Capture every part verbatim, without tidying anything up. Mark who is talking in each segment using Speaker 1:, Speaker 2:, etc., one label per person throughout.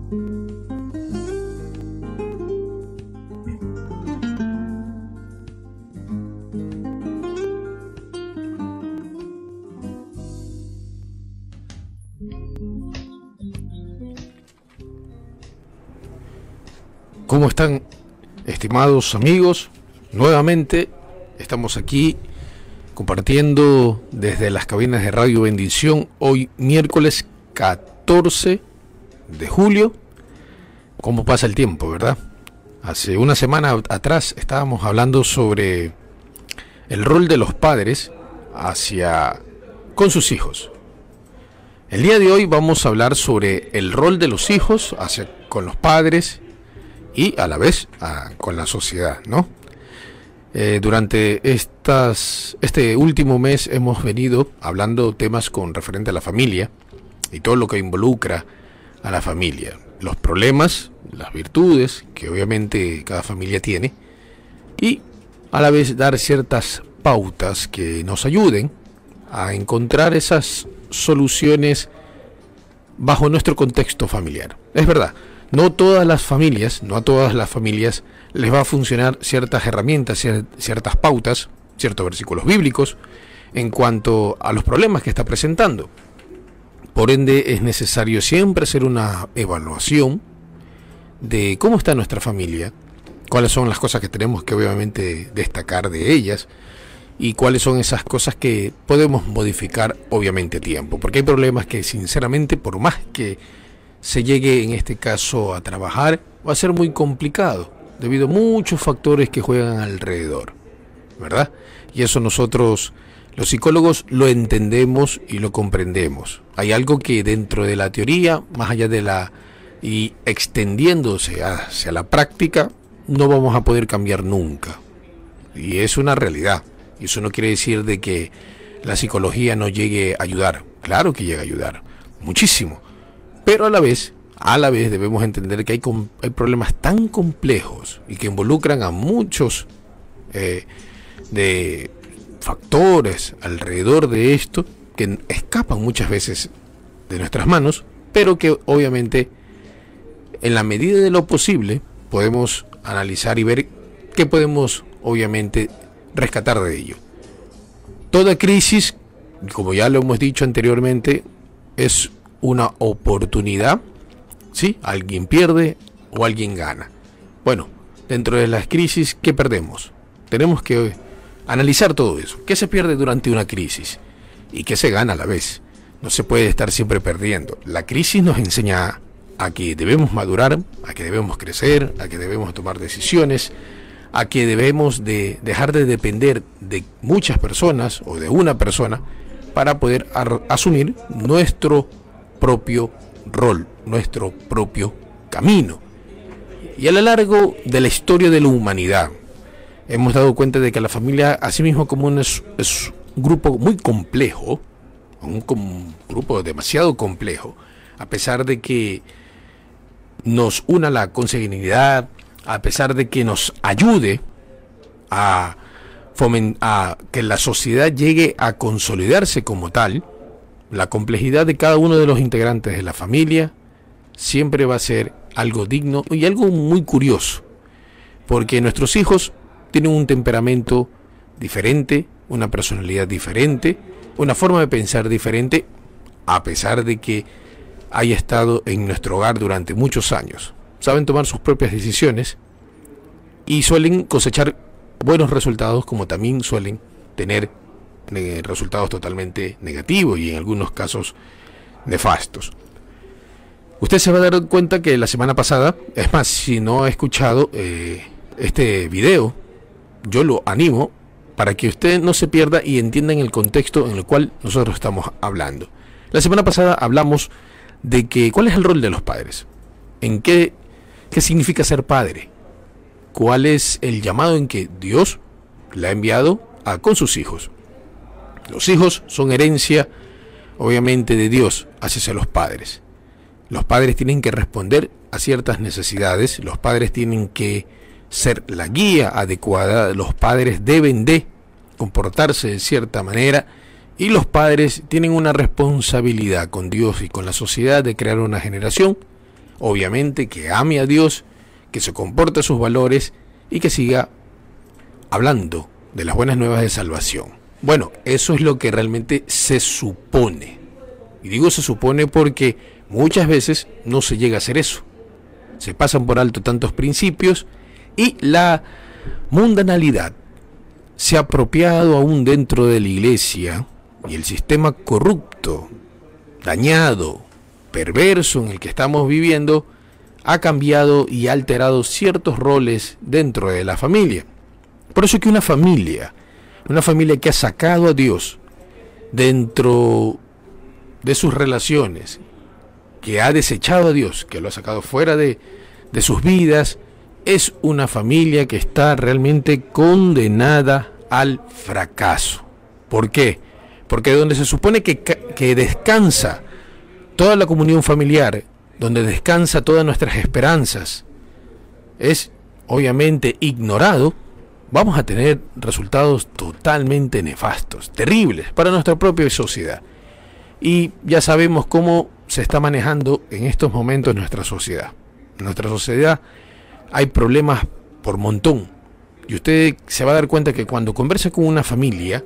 Speaker 1: ¿Cómo están, estimados amigos? Nuevamente estamos aquí compartiendo desde las cabinas de Radio Bendición, hoy miércoles catorce de julio. ¿Cómo pasa el tiempo, verdad? Hace una semana atrás estábamos hablando sobre el rol de los padres hacia con sus hijos. El día de hoy vamos a hablar sobre el rol de los hijos hacia con los padres y a la vez a, con la sociedad, ¿no? Eh, durante estas, este último mes hemos venido hablando temas con referente a la familia y todo lo que involucra a la familia, los problemas, las virtudes que obviamente cada familia tiene, y a la vez dar ciertas pautas que nos ayuden a encontrar esas soluciones bajo nuestro contexto familiar. Es verdad, no todas las familias, no a todas las familias les va a funcionar ciertas herramientas, ciertas pautas, ciertos versículos bíblicos en cuanto a los problemas que está presentando. Por ende, es necesario siempre hacer una evaluación de cómo está nuestra familia, cuáles son las cosas que tenemos que obviamente destacar de ellas y cuáles son esas cosas que podemos modificar obviamente a tiempo, porque hay problemas que sinceramente, por más que se llegue en este caso a trabajar, va a ser muy complicado debido a muchos factores que juegan alrededor, ¿verdad? Y eso nosotros los psicólogos lo entendemos y lo comprendemos. Hay algo que dentro de la teoría, más allá de la y extendiéndose hacia la práctica, no vamos a poder cambiar nunca, y es una realidad. Y eso no quiere decir de que la psicología no llegue a ayudar. Claro que llega a ayudar muchísimo. Pero a la vez, a la vez debemos entender que hay, hay problemas tan complejos y que involucran a muchos eh, de factores alrededor de esto que escapan muchas veces de nuestras manos, pero que obviamente en la medida de lo posible podemos analizar y ver qué podemos obviamente rescatar de ello. Toda crisis, como ya lo hemos dicho anteriormente, es una oportunidad, ¿sí? Alguien pierde o alguien gana. Bueno, dentro de las crisis, ¿qué perdemos? Tenemos que analizar todo eso. ¿Qué se pierde durante una crisis? ¿Y qué se gana a la vez? No se puede estar siempre perdiendo. La crisis nos enseña a que debemos madurar, a que debemos crecer, a que debemos tomar decisiones, a que debemos de dejar de depender de muchas personas o de una persona para poder asumir nuestro propio rol, nuestro propio camino. Y a lo largo de la historia de la humanidad hemos dado cuenta de que la familia, así mismo como un, es, es un grupo muy complejo, un, un grupo demasiado complejo, a pesar de que nos una la consanguinidad, a pesar de que nos ayude a, foment, a que la sociedad llegue a consolidarse como tal, la complejidad de cada uno de los integrantes de la familia siempre va a ser algo digno y algo muy curioso, porque nuestros hijos tienen un temperamento diferente, una personalidad diferente, una forma de pensar diferente, a pesar de que haya estado en nuestro hogar durante muchos años. Saben tomar sus propias decisiones y suelen cosechar buenos resultados, como también suelen tener resultados totalmente negativos y en algunos casos nefastos. Usted se va a dar cuenta que la semana pasada, es más, si no ha escuchado eh, este video, yo lo animo para que usted no se pierda y entienda en el contexto en el cual nosotros estamos hablando. La semana pasada hablamos de que cuál es el rol de los padres, en qué, qué significa ser padre, cuál es el llamado en que Dios le ha enviado a con sus hijos. Los hijos son herencia, obviamente, de Dios hacia los padres. Los padres tienen que responder a ciertas necesidades, los padres tienen que ser la guía adecuada, los padres deben de comportarse de cierta manera y los padres tienen una responsabilidad con Dios y con la sociedad de crear una generación obviamente que ame a Dios, que se comporte a sus valores y que siga hablando de las buenas nuevas de salvación. Bueno, eso es lo que realmente se supone. Y digo se supone porque muchas veces no se llega a hacer eso. Se pasan por alto tantos principios y la mundanalidad se ha apropiado aún dentro de la iglesia, y el sistema corrupto, dañado, perverso en el que estamos viviendo ha cambiado y ha alterado ciertos roles dentro de la familia. Por eso es que una familia, una familia que ha sacado a Dios dentro de sus relaciones, que ha desechado a Dios, que lo ha sacado fuera de, de sus vidas, es una familia que está realmente condenada al fracaso. ¿Por qué? Porque donde se supone que, que descansa toda la comunión familiar, donde descansa todas nuestras esperanzas, es obviamente ignorado, vamos a tener resultados totalmente nefastos, terribles para nuestra propia sociedad. Y ya sabemos cómo se está manejando en estos momentos nuestra sociedad. En nuestra sociedad hay problemas por montón. Y usted se va a dar cuenta que cuando conversa con una familia,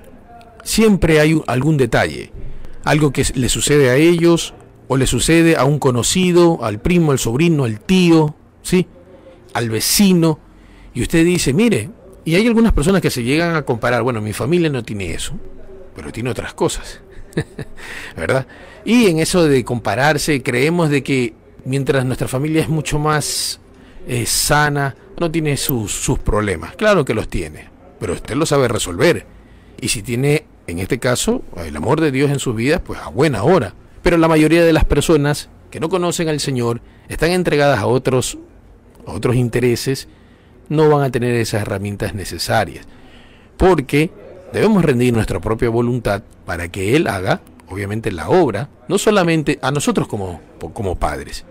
Speaker 1: siempre hay algún detalle, algo que le sucede a ellos o le sucede a un conocido, al primo, al sobrino, al tío, ¿sí?, al vecino. Y usted dice, mire, y hay algunas personas que se llegan a comparar, bueno, mi familia no tiene eso, pero tiene otras cosas, ¿verdad? Y en eso de compararse, creemos de que mientras nuestra familia es mucho más eh, sana, no tiene sus, sus problemas. Claro que los tiene, pero usted lo sabe resolver. Y si tiene, en este caso, el amor de Dios en sus vidas, pues a buena hora. Pero la mayoría de las personas que no conocen al Señor, están entregadas a otros, a otros intereses, no van a tener esas herramientas necesarias. Porque debemos rendir nuestra propia voluntad para que Él haga, obviamente, la obra, no solamente a nosotros como, como padres,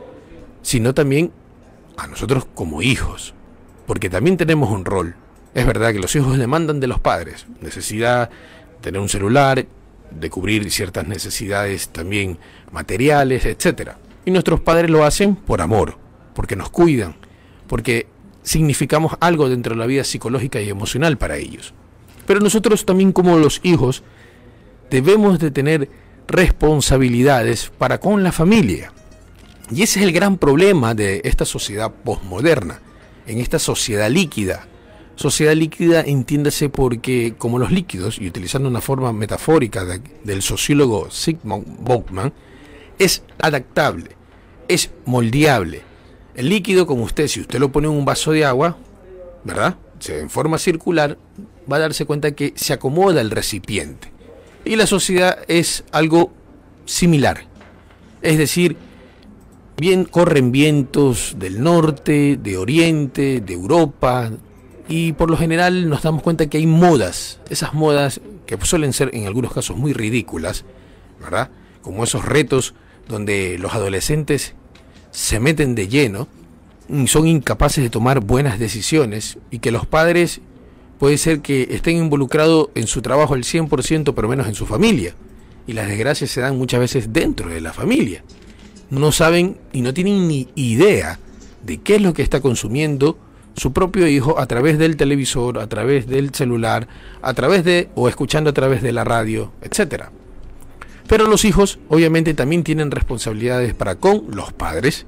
Speaker 1: sino también a nosotros como hijos, porque también tenemos un rol. Es verdad que los hijos demandan de los padres necesidad de tener un celular, de cubrir ciertas necesidades también materiales, etcétera. Y nuestros padres lo hacen por amor, porque nos cuidan, porque significamos algo dentro de la vida psicológica y emocional para ellos. Pero nosotros también, como los hijos, debemos de tener responsabilidades para con la familia. Y ese es el gran problema de esta sociedad posmoderna, en esta sociedad líquida. Sociedad líquida, entiéndase porque, como los líquidos, y utilizando una forma metafórica de, del sociólogo Sigmund Bauman, es adaptable, es moldeable. El líquido, como usted, si usted lo pone en un vaso de agua, ¿verdad?, en forma circular, va a darse cuenta que se acomoda el recipiente. Y la sociedad es algo similar. Es decir, bien, corren vientos del norte, de oriente, de Europa, y por lo general nos damos cuenta que hay modas, esas modas que suelen ser en algunos casos muy ridículas, ¿verdad?, como esos retos donde los adolescentes se meten de lleno y son incapaces de tomar buenas decisiones, y que los padres puede ser que estén involucrados en su trabajo al cien por ciento, pero menos en su familia, y las desgracias se dan muchas veces dentro de la familia. No saben y no tienen ni idea de qué es lo que está consumiendo su propio hijo a través del televisor, a través del celular, a través de, o escuchando a través de la radio, etcétera. Pero los hijos obviamente también tienen responsabilidades para con los padres,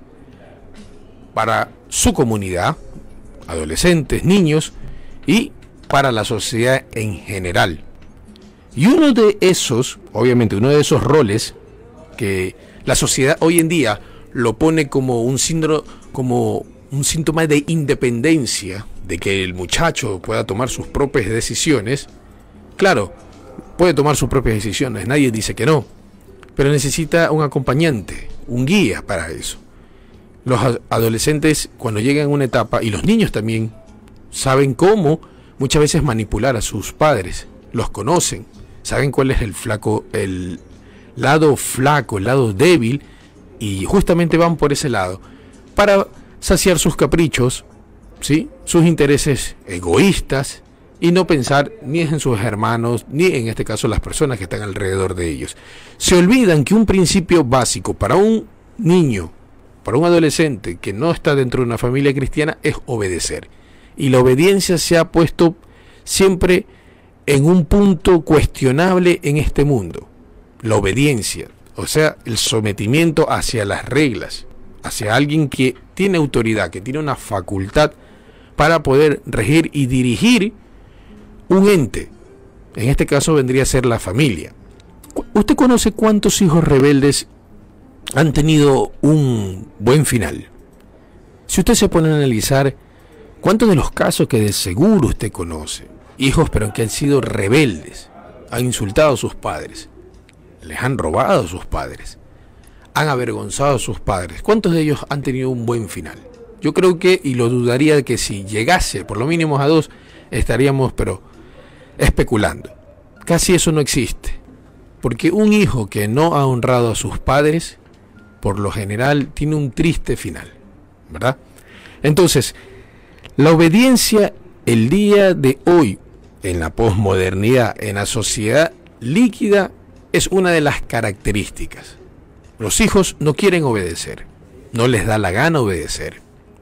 Speaker 1: para su comunidad, adolescentes, niños, y para la sociedad en general. Y uno de esos, obviamente uno de esos roles que la sociedad hoy en día lo pone como un síndrome, como un síntoma de independencia, de que el muchacho pueda tomar sus propias decisiones. Claro, puede tomar sus propias decisiones, nadie dice que no, pero necesita un acompañante, un guía para eso. Los adolescentes, cuando llegan a una etapa, y los niños también, saben cómo muchas veces manipular a sus padres, los conocen, saben cuál es el flaco, el lado flaco, el lado débil, y justamente van por ese lado para saciar sus caprichos, ¿sí?, sus intereses egoístas, y no pensar ni en sus hermanos, ni en este caso las personas que están alrededor de ellos. Se olvidan que un principio básico para un niño para un adolescente que no está dentro de una familia cristiana es obedecer. Y la obediencia se ha puesto siempre en un punto cuestionable en este mundo. La obediencia, o sea, el sometimiento hacia las reglas, hacia alguien que tiene autoridad, que tiene una facultad para poder regir y dirigir un ente. En este caso vendría a ser la familia. ¿Usted conoce cuántos hijos rebeldes han tenido un buen final? Si usted se pone a analizar cuántos de los casos que de seguro usted conoce, hijos pero que han sido rebeldes, han insultado a sus padres, les han robado a sus padres, han avergonzado a sus padres, ¿cuántos de ellos han tenido un buen final? Yo creo que, y lo dudaría, que si llegase por lo mínimo a dos, estaríamos pero especulando. Casi eso no existe, porque un hijo que no ha honrado a sus padres, por lo general, tiene un triste final, ¿verdad? Entonces, la obediencia el día de hoy, en la posmodernidad, en la sociedad líquida, es una de las características. Los hijos no quieren obedecer, no les da la gana obedecer.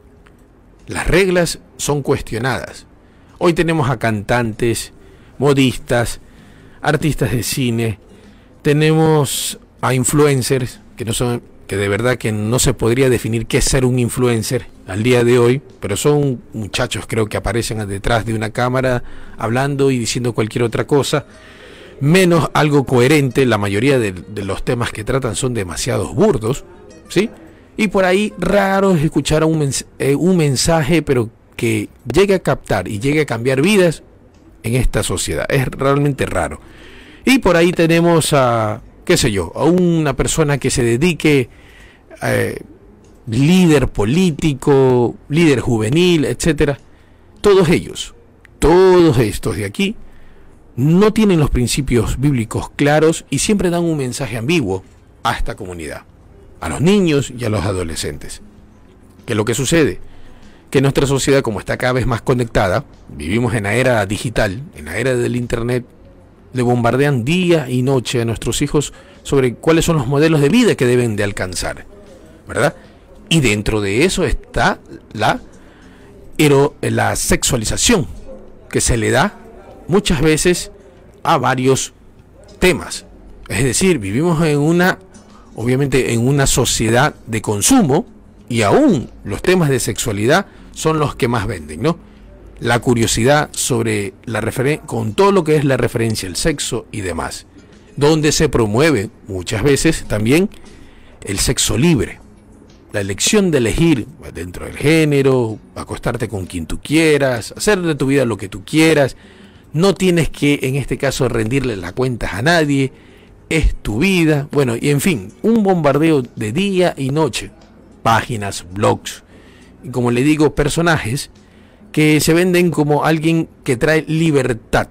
Speaker 1: Las reglas son cuestionadas. Hoy tenemos a cantantes, modistas, artistas de cine, tenemos a influencers que no son, que de verdad que no se podría definir qué es ser un influencer al día de hoy, pero son muchachos, creo, que aparecen detrás de una cámara hablando y diciendo cualquier otra cosa, menos algo coherente. La mayoría de, de los temas que tratan son demasiados burdos, ¿sí? Y por ahí raro es escuchar un, mens eh, un mensaje, pero que llegue a captar y llegue a cambiar vidas en esta sociedad. Es realmente raro. Y por ahí tenemos a, qué sé yo, a una persona que se dedique, eh, líder político, líder juvenil, etcétera. Todos ellos, todos estos de aquí, no tienen los principios bíblicos claros y siempre dan un mensaje ambiguo a esta comunidad, a los niños y a los adolescentes. ¿Qué es lo que sucede? Que nuestra sociedad, como está cada vez más conectada, vivimos en la era digital, en la era del internet, le bombardean día y noche a nuestros hijos sobre cuáles son los modelos de vida que deben de alcanzar, ¿verdad? Y dentro de eso está la, la sexualización que se le da muchas veces a varios temas. Es decir, vivimos en una, obviamente, en una sociedad de consumo, y aún los temas de sexualidad son los que más venden, ¿no? La curiosidad sobre la referencia, con todo lo que es la referencia al sexo y demás, donde se promueve muchas veces también el sexo libre, la elección de elegir dentro del género, acostarte con quien tú quieras, hacer de tu vida lo que tú quieras. No tienes que, en este caso, rendirle las cuentas a nadie, es tu vida. Bueno, y en fin, un bombardeo de día y noche, páginas, blogs, y como le digo, personajes que se venden como alguien que trae libertad.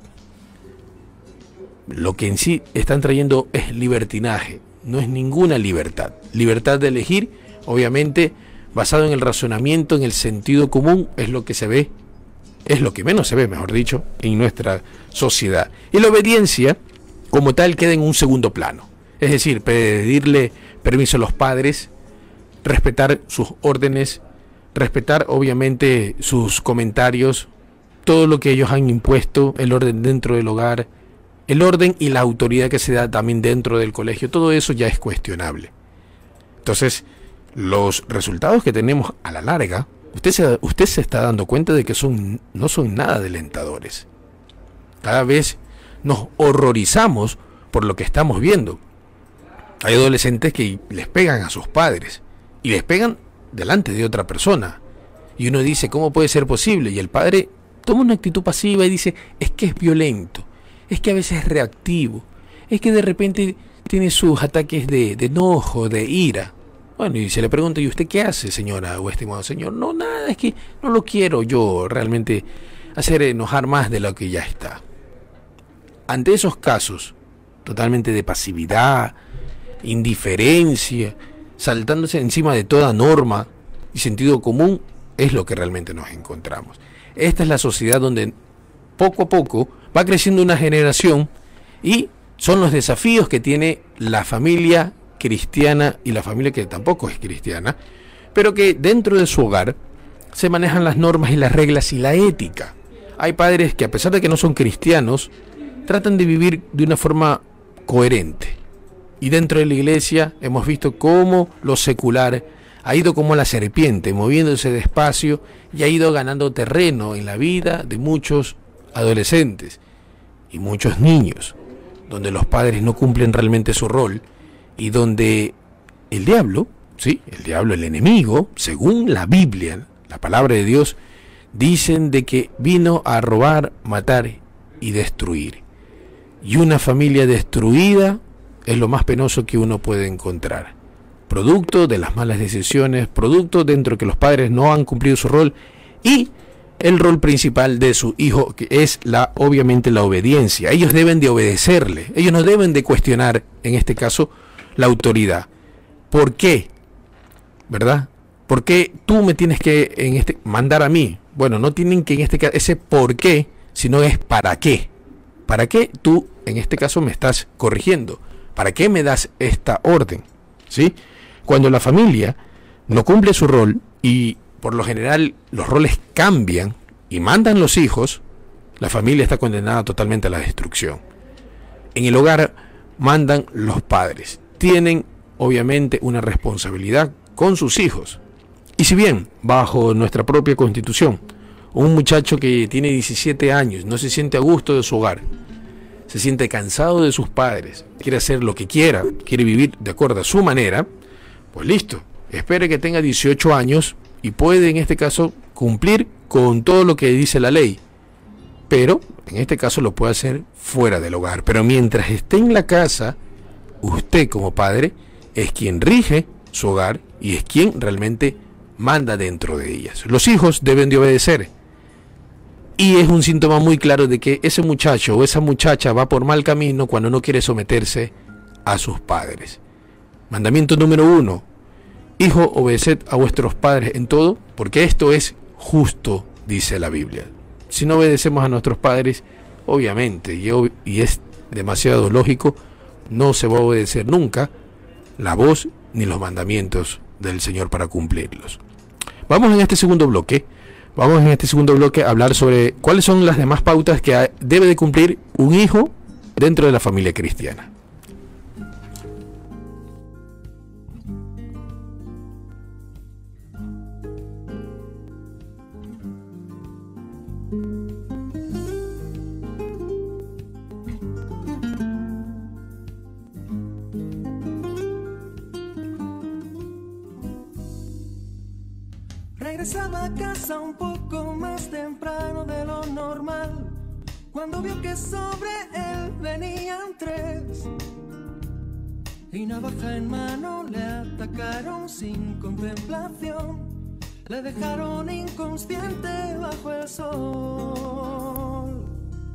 Speaker 1: Lo que en sí están trayendo es libertinaje, no es ninguna libertad. Libertad de elegir, obviamente, basado en el razonamiento, en el sentido común, es lo que se ve, es lo que menos se ve, mejor dicho, en nuestra sociedad. Y la obediencia, como tal, queda en un segundo plano. Es decir, pedirle permiso a los padres, respetar sus órdenes, respetar obviamente sus comentarios, todo lo que ellos han impuesto, el orden dentro del hogar, el orden y la autoridad que se da también dentro del colegio, todo eso ya es cuestionable. Entonces, los resultados que tenemos a la larga, usted se, usted se está dando cuenta de que son, no son nada alentadores. Cada vez nos horrorizamos por lo que estamos viendo. Hay adolescentes que les pegan a sus padres y les pegan delante de otra persona, y uno dice, ¿cómo puede ser posible? Y el padre toma una actitud pasiva y dice, es que es violento, es que a veces es reactivo, es que de repente tiene sus ataques de, de enojo, de ira. Bueno, y se le pregunta, ¿y usted qué hace, señora o estimado señor? No, nada, es que no lo quiero yo realmente hacer enojar más de lo que ya está. Ante esos casos totalmente de pasividad, indiferencia, saltándose encima de toda norma y sentido común, es lo que realmente nos encontramos. Esta es la sociedad donde poco a poco va creciendo una generación, y son los desafíos que tiene la familia cristiana y la familia que tampoco es cristiana, pero que dentro de su hogar se manejan las normas y las reglas y la ética. Hay padres que, a pesar de que no son cristianos, tratan de vivir de una forma coherente. Y dentro de la iglesia hemos visto cómo lo secular ha ido como la serpiente, moviéndose despacio y ha ido ganando terreno en la vida de muchos adolescentes y muchos niños, donde los padres no cumplen realmente su rol y donde el diablo, sí, el diablo, el enemigo, según la Biblia, la palabra de Dios, dicen de que vino a robar, matar y destruir. Y una familia destruida es lo más penoso que uno puede encontrar. Producto de las malas decisiones, producto dentro de que los padres no han cumplido su rol y el rol principal de su hijo, que es la, obviamente, la obediencia. Ellos deben de obedecerle, ellos no deben de cuestionar, en este caso, la autoridad. ¿Por qué? ¿Verdad? ¿Por qué tú me tienes que en este mandar a mí? Bueno, no tienen que en este caso ese por qué, sino es para qué. ¿Para qué tú en este caso me estás corrigiendo? ¿Para qué me das esta orden? ¿Sí? Cuando la familia no cumple su rol y por lo general los roles cambian y mandan los hijos, la familia está condenada totalmente a la destrucción. En el hogar mandan los padres. Tienen obviamente una responsabilidad con sus hijos. Y si bien bajo nuestra propia constitución, un muchacho que tiene diecisiete años no se siente a gusto de su hogar, se siente cansado de sus padres, quiere hacer lo que quiera, quiere vivir de acuerdo a su manera, pues listo, espere que tenga dieciocho años y puede en este caso cumplir con todo lo que dice la ley, pero en este caso lo puede hacer fuera del hogar. Pero mientras esté en la casa, usted como padre es quien rige su hogar y es quien realmente manda dentro de ellas. Los hijos deben de obedecer. Y es un síntoma muy claro de que ese muchacho o esa muchacha va por mal camino cuando no quiere someterse a sus padres. Mandamiento número uno. Hijo, obedeced a vuestros padres en todo, porque esto es justo, dice la Biblia. Si no obedecemos a nuestros padres, obviamente, y, ob- y es demasiado lógico, no se va a obedecer nunca la voz ni los mandamientos del Señor para cumplirlos. Vamos en este segundo bloque, vamos en este segundo bloque a hablar sobre cuáles son las demás pautas que debe de cumplir un hijo dentro de la familia cristiana.
Speaker 2: Regresaba a casa un poco más temprano de lo normal, cuando vio que sobre él venían tres, y navaja en mano le atacaron sin contemplación, le dejaron inconsciente bajo el sol.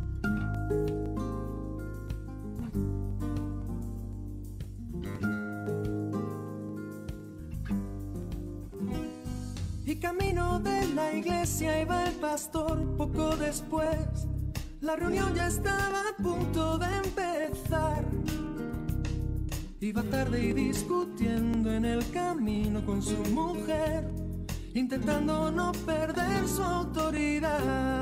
Speaker 2: Y camino de la iglesia iba el pastor poco después. La reunión ya estaba a punto de empezar. Iba tarde y discutiendo en el camino con su mujer, intentando no perder su autoridad.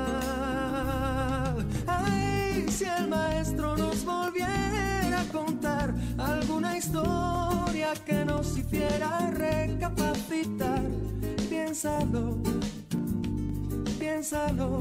Speaker 2: Ay, si el maestro nos volviera a contar alguna historia que nos hiciera recapacitar. Piénsalo, piénsalo.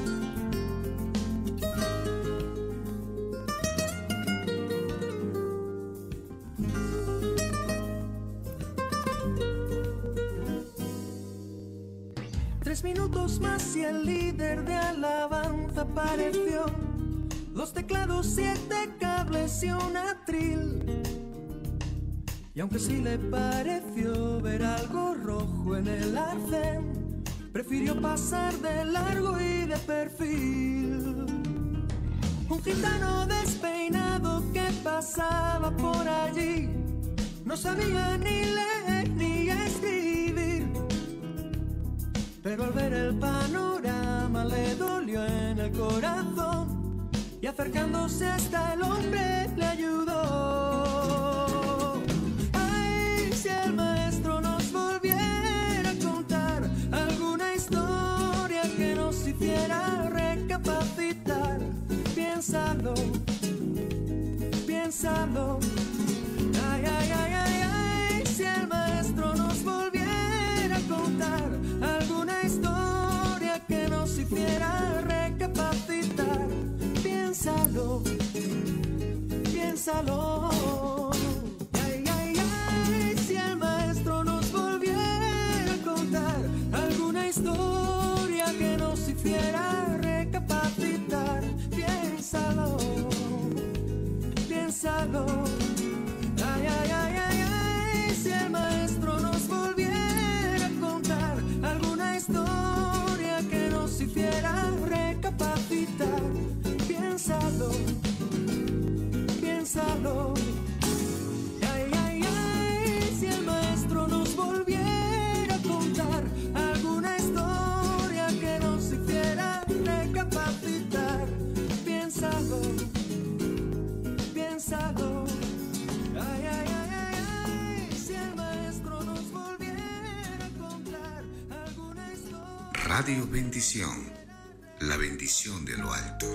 Speaker 2: Tres minutos más y el líder de alabanza apareció. Dos teclados, siete cables y un atril. Y aunque sí le pareció ver algo rojo en el arcén, prefirió pasar de largo y de perfil. Un gitano despeinado que pasaba por allí no sabía ni leer ni escribir, pero al ver el panorama le dolió en el corazón y acercándose hasta el hombre le ayudó. Ay, si el maestro nos volviera piénsalo. Ay, ay, ay, si el maestro nos volviera a contar alguna historia que nos hiciera recapacitar, piénsalo, piénsalo. Ay, ay, ay, ay, ay, si el maestro nos volviera a contar alguna historia que nos hiciera recapacitar, piénsalo, piénsalo. Ay, ay, ay, si el maestro nos volviera a contar alguna historia que nos hiciera recapacitar, piénsalo, piénsalo. Ay, ay, ay, ay, ay, si el maestro nos volviera a contar alguna historia.
Speaker 3: Radio Bendición, la bendición de lo alto.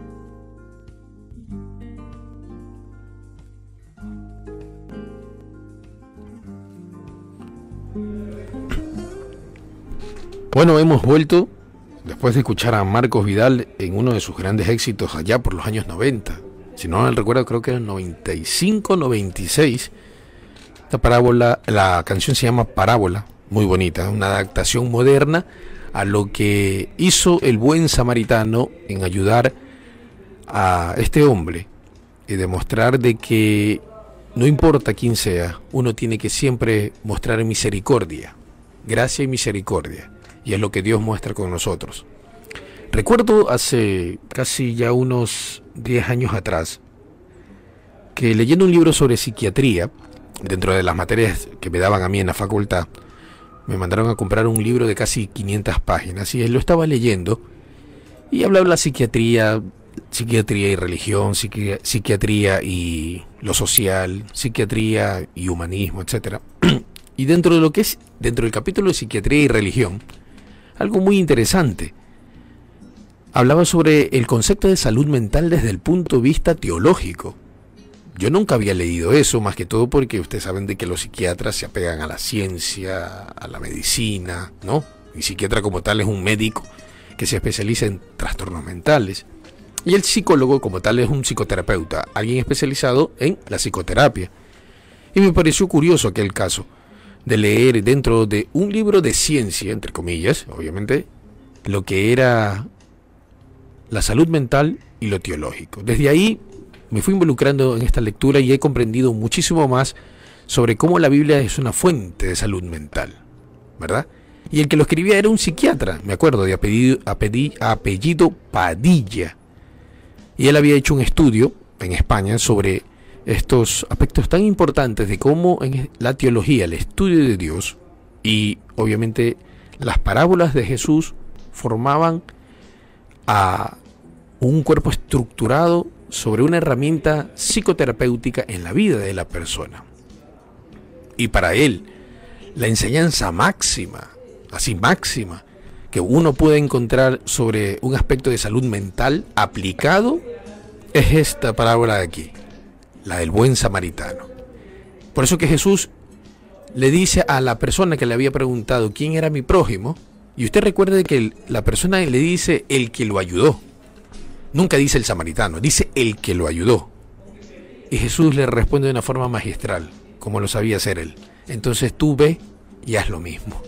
Speaker 1: Bueno, hemos vuelto después de escuchar a Marcos Vidal en uno de sus grandes éxitos allá por los años noventa. Si no me recuerdo, creo que era el noventa y cinco, noventa y seis. Esta parábola, la canción se llama Parábola, muy bonita, una adaptación moderna a lo que hizo el buen samaritano en ayudar a este hombre y demostrar de que no importa quién sea, uno tiene que siempre mostrar misericordia, gracia y misericordia, y es lo que Dios muestra con nosotros. Recuerdo hace casi ya unos diez años atrás que leyendo un libro sobre psiquiatría, dentro de las materias que me daban a mí en la facultad, me mandaron a comprar un libro de casi quinientas páginas y lo estaba leyendo y hablaba de la psiquiatría, psiquiatría y religión, psiqui- psiquiatría y lo social, psiquiatría y humanismo, etcétera. Y dentro de lo que es, dentro del capítulo de psiquiatría y religión, algo muy interesante. Hablaba sobre el concepto de salud mental desde el punto de vista teológico. Yo nunca había leído eso, más que todo porque ustedes saben de que los psiquiatras se apegan a la ciencia, a la medicina, ¿no? Y psiquiatra como tal es un médico que se especializa en trastornos mentales. Y el psicólogo como tal es un psicoterapeuta, alguien especializado en la psicoterapia. Y me pareció curioso aquel caso de leer dentro de un libro de ciencia, entre comillas, obviamente, lo que era la salud mental y lo teológico. Desde ahí me fui involucrando en esta lectura y he comprendido muchísimo más sobre cómo la Biblia es una fuente de salud mental, ¿verdad? Y el que lo escribía era un psiquiatra, me acuerdo, de apellido, apellido, apellido Padilla. Y él había hecho un estudio en España sobre estos aspectos tan importantes de cómo en la teología, el estudio de Dios y obviamente las parábolas de Jesús formaban a un cuerpo estructurado sobre una herramienta psicoterapéutica en la vida de la persona. Y para él, la enseñanza máxima, así máxima, que uno puede encontrar sobre un aspecto de salud mental aplicado, es esta parábola de aquí, la del buen samaritano. Por eso que Jesús le dice a la persona que le había preguntado quién era mi prójimo, y usted recuerde que el, la persona le dice el que lo ayudó. Nunca dice el samaritano, dice el que lo ayudó. Y Jesús le responde de una forma magistral, como lo sabía hacer él. Entonces tú ve y haz lo mismo.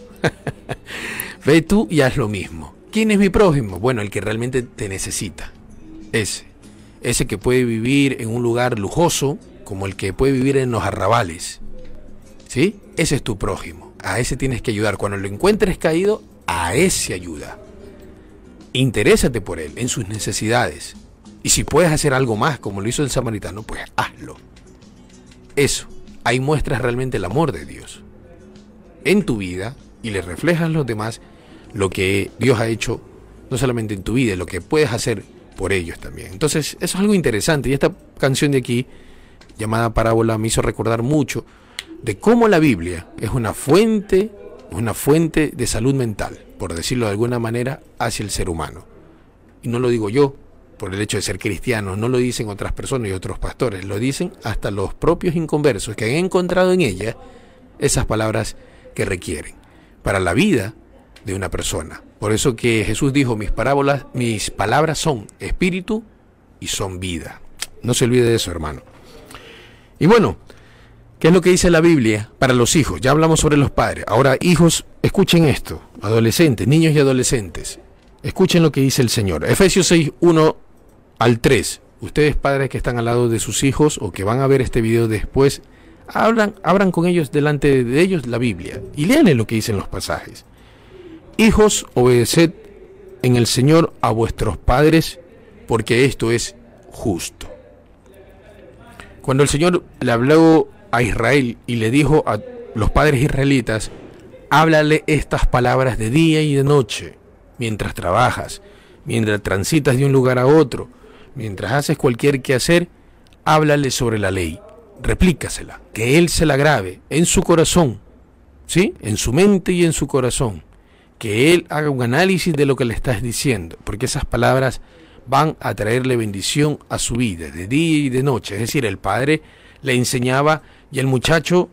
Speaker 1: Ve tú y haz lo mismo. ¿Quién es mi prójimo? Bueno, el que realmente te necesita. Ese. Ese que puede vivir en un lugar lujoso, como el que puede vivir en los arrabales. ¿Sí? Ese es tu prójimo. A ese tienes que ayudar. Cuando lo encuentres caído, a ese ayuda. Interésate por él, en sus necesidades. Y si puedes hacer algo más, como lo hizo el samaritano, pues hazlo. Eso. Ahí muestras realmente el amor de Dios en tu vida y le reflejas a los demás lo que Dios ha hecho, no solamente en tu vida, lo que puedes hacer por ellos también. Entonces, eso es algo interesante. Y esta canción de aquí, llamada Parábola, me hizo recordar mucho de cómo la Biblia es una fuente, una fuente de salud mental, por decirlo de alguna manera, hacia el ser humano. Y no lo digo yo, por el hecho de ser cristiano, no lo dicen otras personas y otros pastores, lo dicen hasta los propios inconversos que han encontrado en ella esas palabras que requieren para la vida de una persona. Por eso que Jesús dijo, mis parábolas, mis palabras son espíritu y son vida. No se olvide de eso, hermano. Y bueno, ¿qué es lo que dice la Biblia para los hijos? Ya hablamos sobre los padres. Ahora, hijos, escuchen esto. Adolescentes, niños y adolescentes. Escuchen lo que dice el Señor. Efesios seis, uno al tres. Ustedes, padres que están al lado de sus hijos o que van a ver este video después, abran, abran con ellos delante de ellos la Biblia y léanle lo que dicen los pasajes. Hijos, obedeced en el Señor a vuestros padres, porque esto es justo. Cuando el Señor le habló a Israel y le dijo a los padres israelitas, háblale estas palabras de día y de noche, mientras trabajas, mientras transitas de un lugar a otro, mientras haces cualquier quehacer, háblale sobre la ley, replícasela, que él se la grabe en su corazón, ¿sí? En su mente y en su corazón, que él haga un análisis de lo que le estás diciendo, porque esas palabras van a traerle bendición a su vida, de día y de noche. Es decir, el padre le enseñaba y el muchacho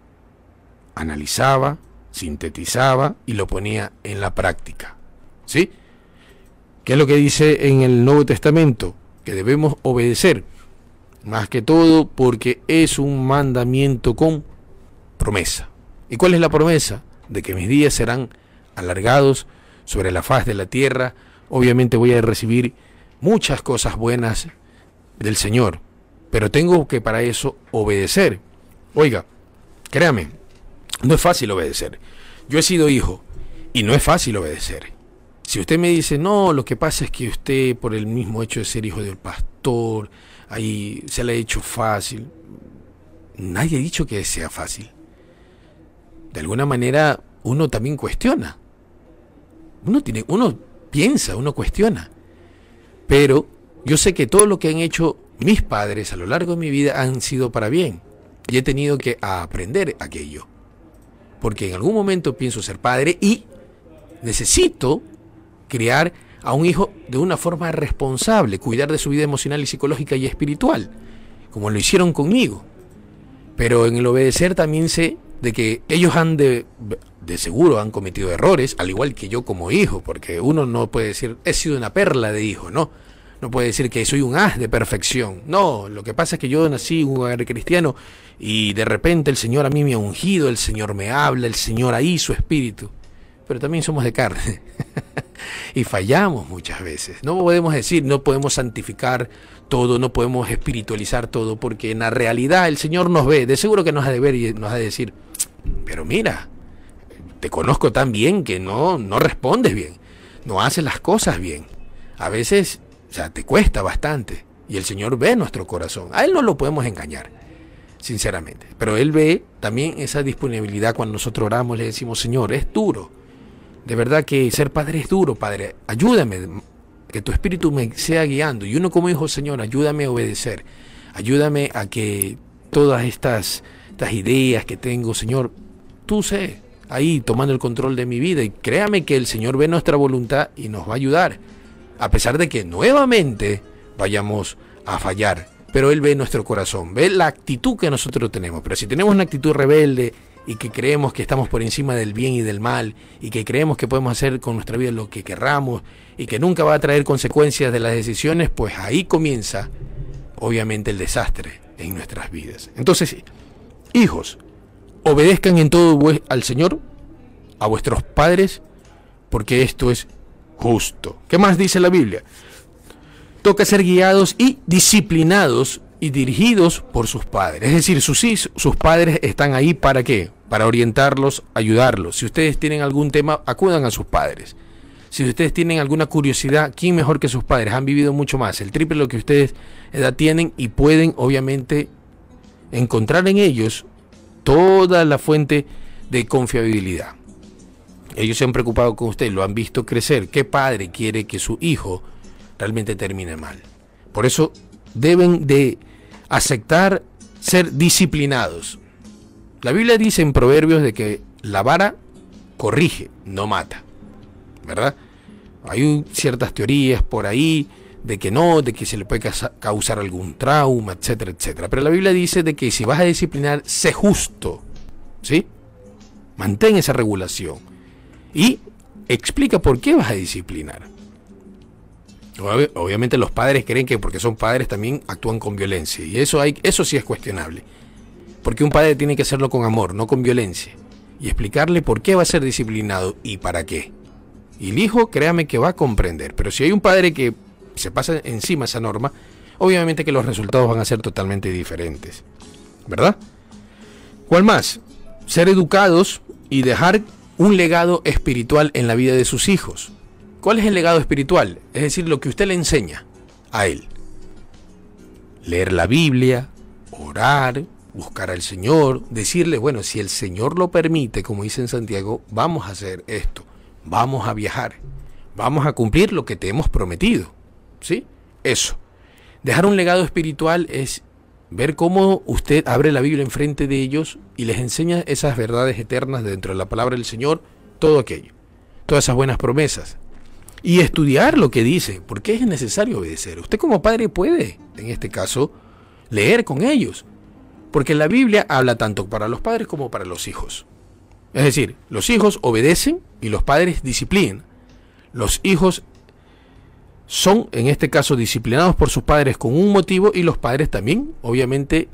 Speaker 1: analizaba, sintetizaba y lo ponía en la práctica, ¿sí? ¿Qué es lo que dice en el Nuevo Testamento? Que debemos obedecer, más que todo porque es un mandamiento con promesa. ¿Y cuál es la promesa? De que mis días serán alargados sobre la faz de la tierra. Obviamente voy a recibir muchas cosas buenas del Señor, pero tengo que para eso obedecer. Oiga, créame, no es fácil obedecer. Yo he sido hijo y no es fácil obedecer. Si usted me dice, no, lo que pasa es que usted por el mismo hecho de ser hijo del pastor, ahí se le ha hecho fácil. Nadie ha dicho que sea fácil. De alguna manera uno también cuestiona. Uno tiene, uno piensa, uno cuestiona. Pero yo sé que todo lo que han hecho mis padres a lo largo de mi vida han sido para bien. Y he tenido que aprender aquello. Porque en algún momento pienso ser padre y necesito criar a un hijo de una forma responsable, cuidar de su vida emocional y psicológica y espiritual, como lo hicieron conmigo. Pero en el obedecer también sé de que ellos han de, de seguro han cometido errores, al igual que yo como hijo, porque uno no puede decir, he sido una perla de hijo, no. No puede decir que soy un as de perfección. No, lo que pasa es que yo nací un hogar cristiano y de repente el Señor a mí me ha ungido, el Señor me habla, el Señor ahí su espíritu. Pero también somos de carne y fallamos muchas veces. No podemos decir, no podemos santificar todo, no podemos espiritualizar todo, porque en la realidad el Señor nos ve, de seguro que nos ha de ver y nos ha de decir, pero mira, te conozco tan bien que no, no respondes bien, no haces las cosas bien. A veces, o sea, te cuesta bastante y el Señor ve nuestro corazón. A Él no lo podemos engañar, sinceramente, pero Él ve también esa disponibilidad cuando nosotros oramos, le decimos, Señor, es duro. De verdad que ser padre es duro, Padre. Ayúdame, que tu espíritu me sea guiando. Y uno como hijo, Señor, ayúdame a obedecer. Ayúdame a que todas estas, estas ideas que tengo, Señor, tú sé, ahí tomando el control de mi vida. Y créame que el Señor ve nuestra voluntad y nos va a ayudar. A pesar de que nuevamente vayamos a fallar. Pero Él ve nuestro corazón, ve la actitud que nosotros tenemos. Pero si tenemos una actitud rebelde y que creemos que estamos por encima del bien y del mal, y que creemos que podemos hacer con nuestra vida lo que querramos, y que nunca va a traer consecuencias de las decisiones, pues ahí comienza, obviamente, el desastre en nuestras vidas. Entonces, hijos, obedezcan en todo al Señor, a vuestros padres, porque esto es justo. ¿Qué más dice la Biblia? Toca ser guiados y disciplinados y dirigidos por sus padres. Es decir, sus, sus padres están ahí ¿para qué? Para orientarlos, ayudarlos. Si ustedes tienen algún tema, acudan a sus padres. Si ustedes tienen alguna curiosidad, ¿quién mejor que sus padres? Han vivido mucho más, el triple de lo que ustedes edad tienen y pueden obviamente encontrar en ellos toda la fuente de confiabilidad. Ellos se han preocupado con usted, lo han visto crecer. ¿Qué padre quiere que su hijo realmente termine mal? Por eso deben de aceptar ser disciplinados. La Biblia dice en Proverbios de que la vara corrige, no mata, ¿verdad? Hay ciertas teorías por ahí de que no, de que se le puede causar algún trauma, etcétera, etcétera. Pero la Biblia dice de que si vas a disciplinar, sé justo, ¿sí? Mantén esa regulación y explica por qué vas a disciplinar. Obviamente los padres creen que porque son padres también actúan con violencia. Y eso, hay, eso sí es cuestionable. Porque un padre tiene que hacerlo con amor, no con violencia. Y explicarle por qué va a ser disciplinado y para qué. Y el hijo, créame que va a comprender. Pero si hay un padre que se pasa encima esa norma, obviamente que los resultados van a ser totalmente diferentes. ¿Verdad? ¿Cuál más? Ser educados y dejar un legado espiritual en la vida de sus hijos. ¿Cuál es el legado espiritual? Es decir, lo que usted le enseña a él. Leer la Biblia, orar, buscar al Señor, decirle, bueno, si el Señor lo permite, como dice en Santiago, vamos a hacer esto, vamos a viajar, vamos a cumplir lo que te hemos prometido. ¿Sí? Eso. Dejar un legado espiritual es ver cómo usted abre la Biblia enfrente de ellos y les enseña esas verdades eternas dentro de la palabra del Señor, todo aquello, todas esas buenas promesas. Y estudiar lo que dice, porque es necesario obedecer. Usted como padre puede, en este caso, leer con ellos, porque la Biblia habla tanto para los padres como para los hijos. Es decir, los hijos obedecen y los padres disciplinan. Los hijos son, en este caso, disciplinados por sus padres con un motivo y los padres también, obviamente,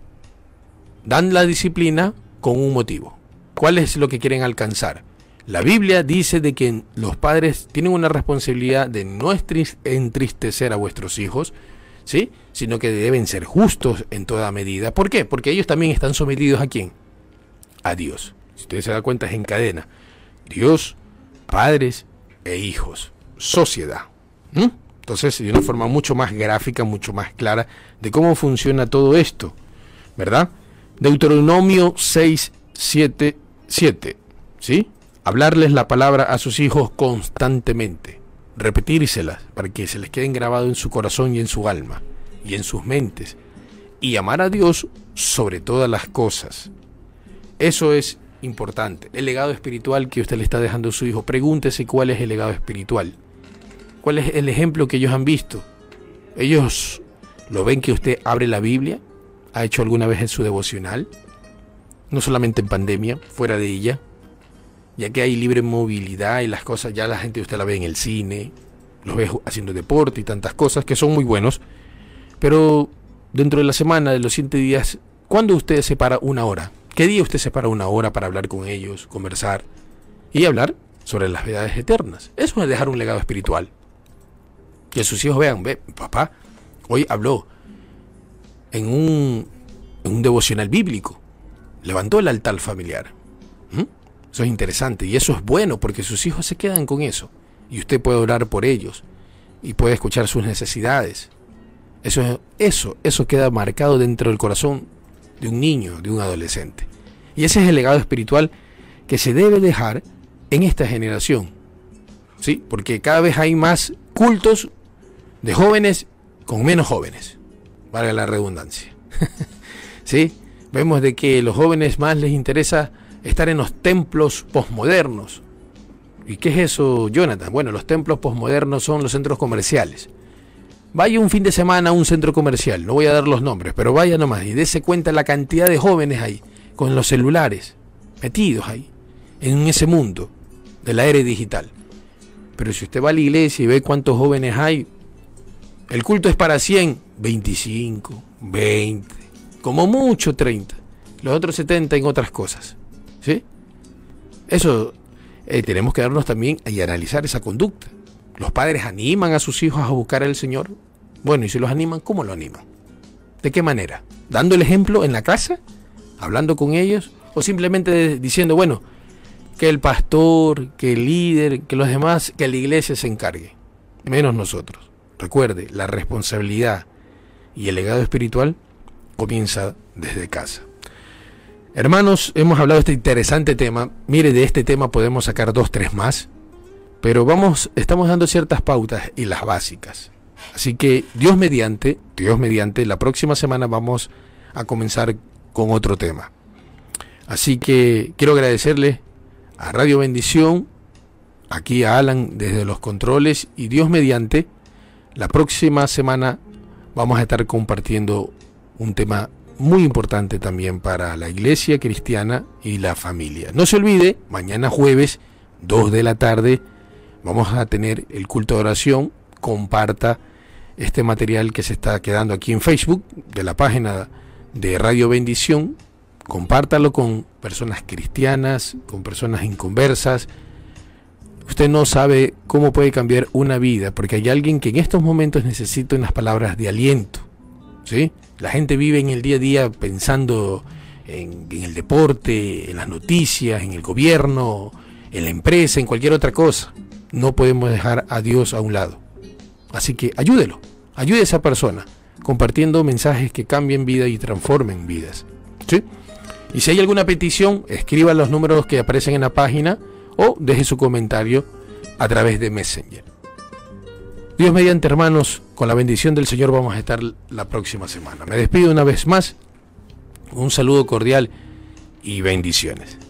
Speaker 1: dan la disciplina con un motivo. ¿Cuál es lo que quieren alcanzar? La Biblia dice de que los padres tienen una responsabilidad de no entristecer a vuestros hijos, ¿sí? Sino que deben ser justos en toda medida. ¿Por qué? Porque ellos también están sometidos ¿a quién? A Dios. Si ustedes se dan cuenta, es en cadena. Dios, padres e hijos. Sociedad. ¿Mm? Entonces, de una forma mucho más gráfica, mucho más clara de cómo funciona todo esto, ¿verdad? Deuteronomio seis, siete, siete, ¿sí? Hablarles la palabra a sus hijos constantemente, repetírselas para que se les queden grabados en su corazón y en su alma y en sus mentes, y amar a Dios sobre todas las cosas. Eso es importante. El legado espiritual que usted le está dejando a su hijo, pregúntese cuál es el legado espiritual. ¿Cuál es el ejemplo que ellos han visto? ¿Ellos lo ven que usted abre la Biblia? ¿Ha hecho alguna vez en su devocional? No solamente en pandemia, fuera de ella. Ya que hay libre movilidad y las cosas, ya la gente usted la ve en el cine, los ve haciendo deporte y tantas cosas que son muy buenos. Pero dentro de la semana, de los siete días, ¿cuándo usted separa una hora? ¿Qué día usted separa una hora para hablar con ellos, conversar y hablar sobre las verdades eternas? Eso es dejar un legado espiritual. Que sus hijos vean, ve, papá, hoy habló en un, en un devocional bíblico, levantó el altar familiar. ¿Mm? Eso es interesante y eso es bueno porque sus hijos se quedan con eso y usted puede orar por ellos y puede escuchar sus necesidades. Eso, eso, eso queda marcado dentro del corazón de un niño, de un adolescente. Y ese es el legado espiritual que se debe dejar en esta generación, ¿sí? Porque cada vez hay más cultos de jóvenes con menos jóvenes, valga la redundancia. ¿Sí? Vemos de que a los jóvenes más les interesa estar en los templos posmodernos. ¿Y qué es eso, Jonathan? Bueno, los templos posmodernos son los centros comerciales. Vaya un fin de semana a un centro comercial, no voy a dar los nombres, pero vaya nomás y dése cuenta la cantidad de jóvenes ahí, con los celulares, metidos ahí, en ese mundo de la era digital. Pero si usted va a la iglesia y ve cuántos jóvenes hay, el culto es para cien, veinticinco, veinte, como mucho treinta, los otros setenta en otras cosas. ¿Sí? Eso eh, tenemos que darnos también y analizar esa conducta. ¿Los padres animan a sus hijos a buscar al Señor? Bueno, y si los animan, ¿cómo lo animan? ¿De qué manera? ¿Dando el ejemplo en la casa? ¿Hablando con ellos? ¿O simplemente diciendo, bueno, que el pastor, que el líder, que los demás, que la iglesia se encargue? Menos nosotros. Recuerde, la responsabilidad y el legado espiritual comienza desde casa. Hermanos, hemos hablado de este interesante tema. Mire, de este tema podemos sacar dos, tres más. Pero vamos, estamos dando ciertas pautas y las básicas. Así que Dios mediante, Dios mediante, la próxima semana vamos a comenzar con otro tema. Así que quiero agradecerle a Radio Bendición, aquí a Alan desde los controles, y Dios mediante, la próxima semana vamos a estar compartiendo un tema muy importante también para la iglesia cristiana y la familia. No se olvide, mañana jueves, dos de la tarde, vamos a tener el culto de oración. Comparta este material que se está quedando aquí en Facebook, de la página de Radio Bendición. Compártalo con personas cristianas, con personas inconversas. Usted no sabe cómo puede cambiar una vida, porque hay alguien que en estos momentos necesita unas palabras de aliento, ¿sí? La gente vive en el día a día pensando en, en el deporte, en las noticias, en el gobierno, en la empresa, en cualquier otra cosa. No podemos dejar a Dios a un lado. Así que ayúdelo, ayude a esa persona, compartiendo mensajes que cambien vida y transformen vidas, ¿sí? Y si hay alguna petición, escriba los números que aparecen en la página o deje su comentario a través de Messenger. Dios mediante, hermanos, con la bendición del Señor vamos a estar la próxima semana. Me despido una vez más. Un saludo cordial y bendiciones.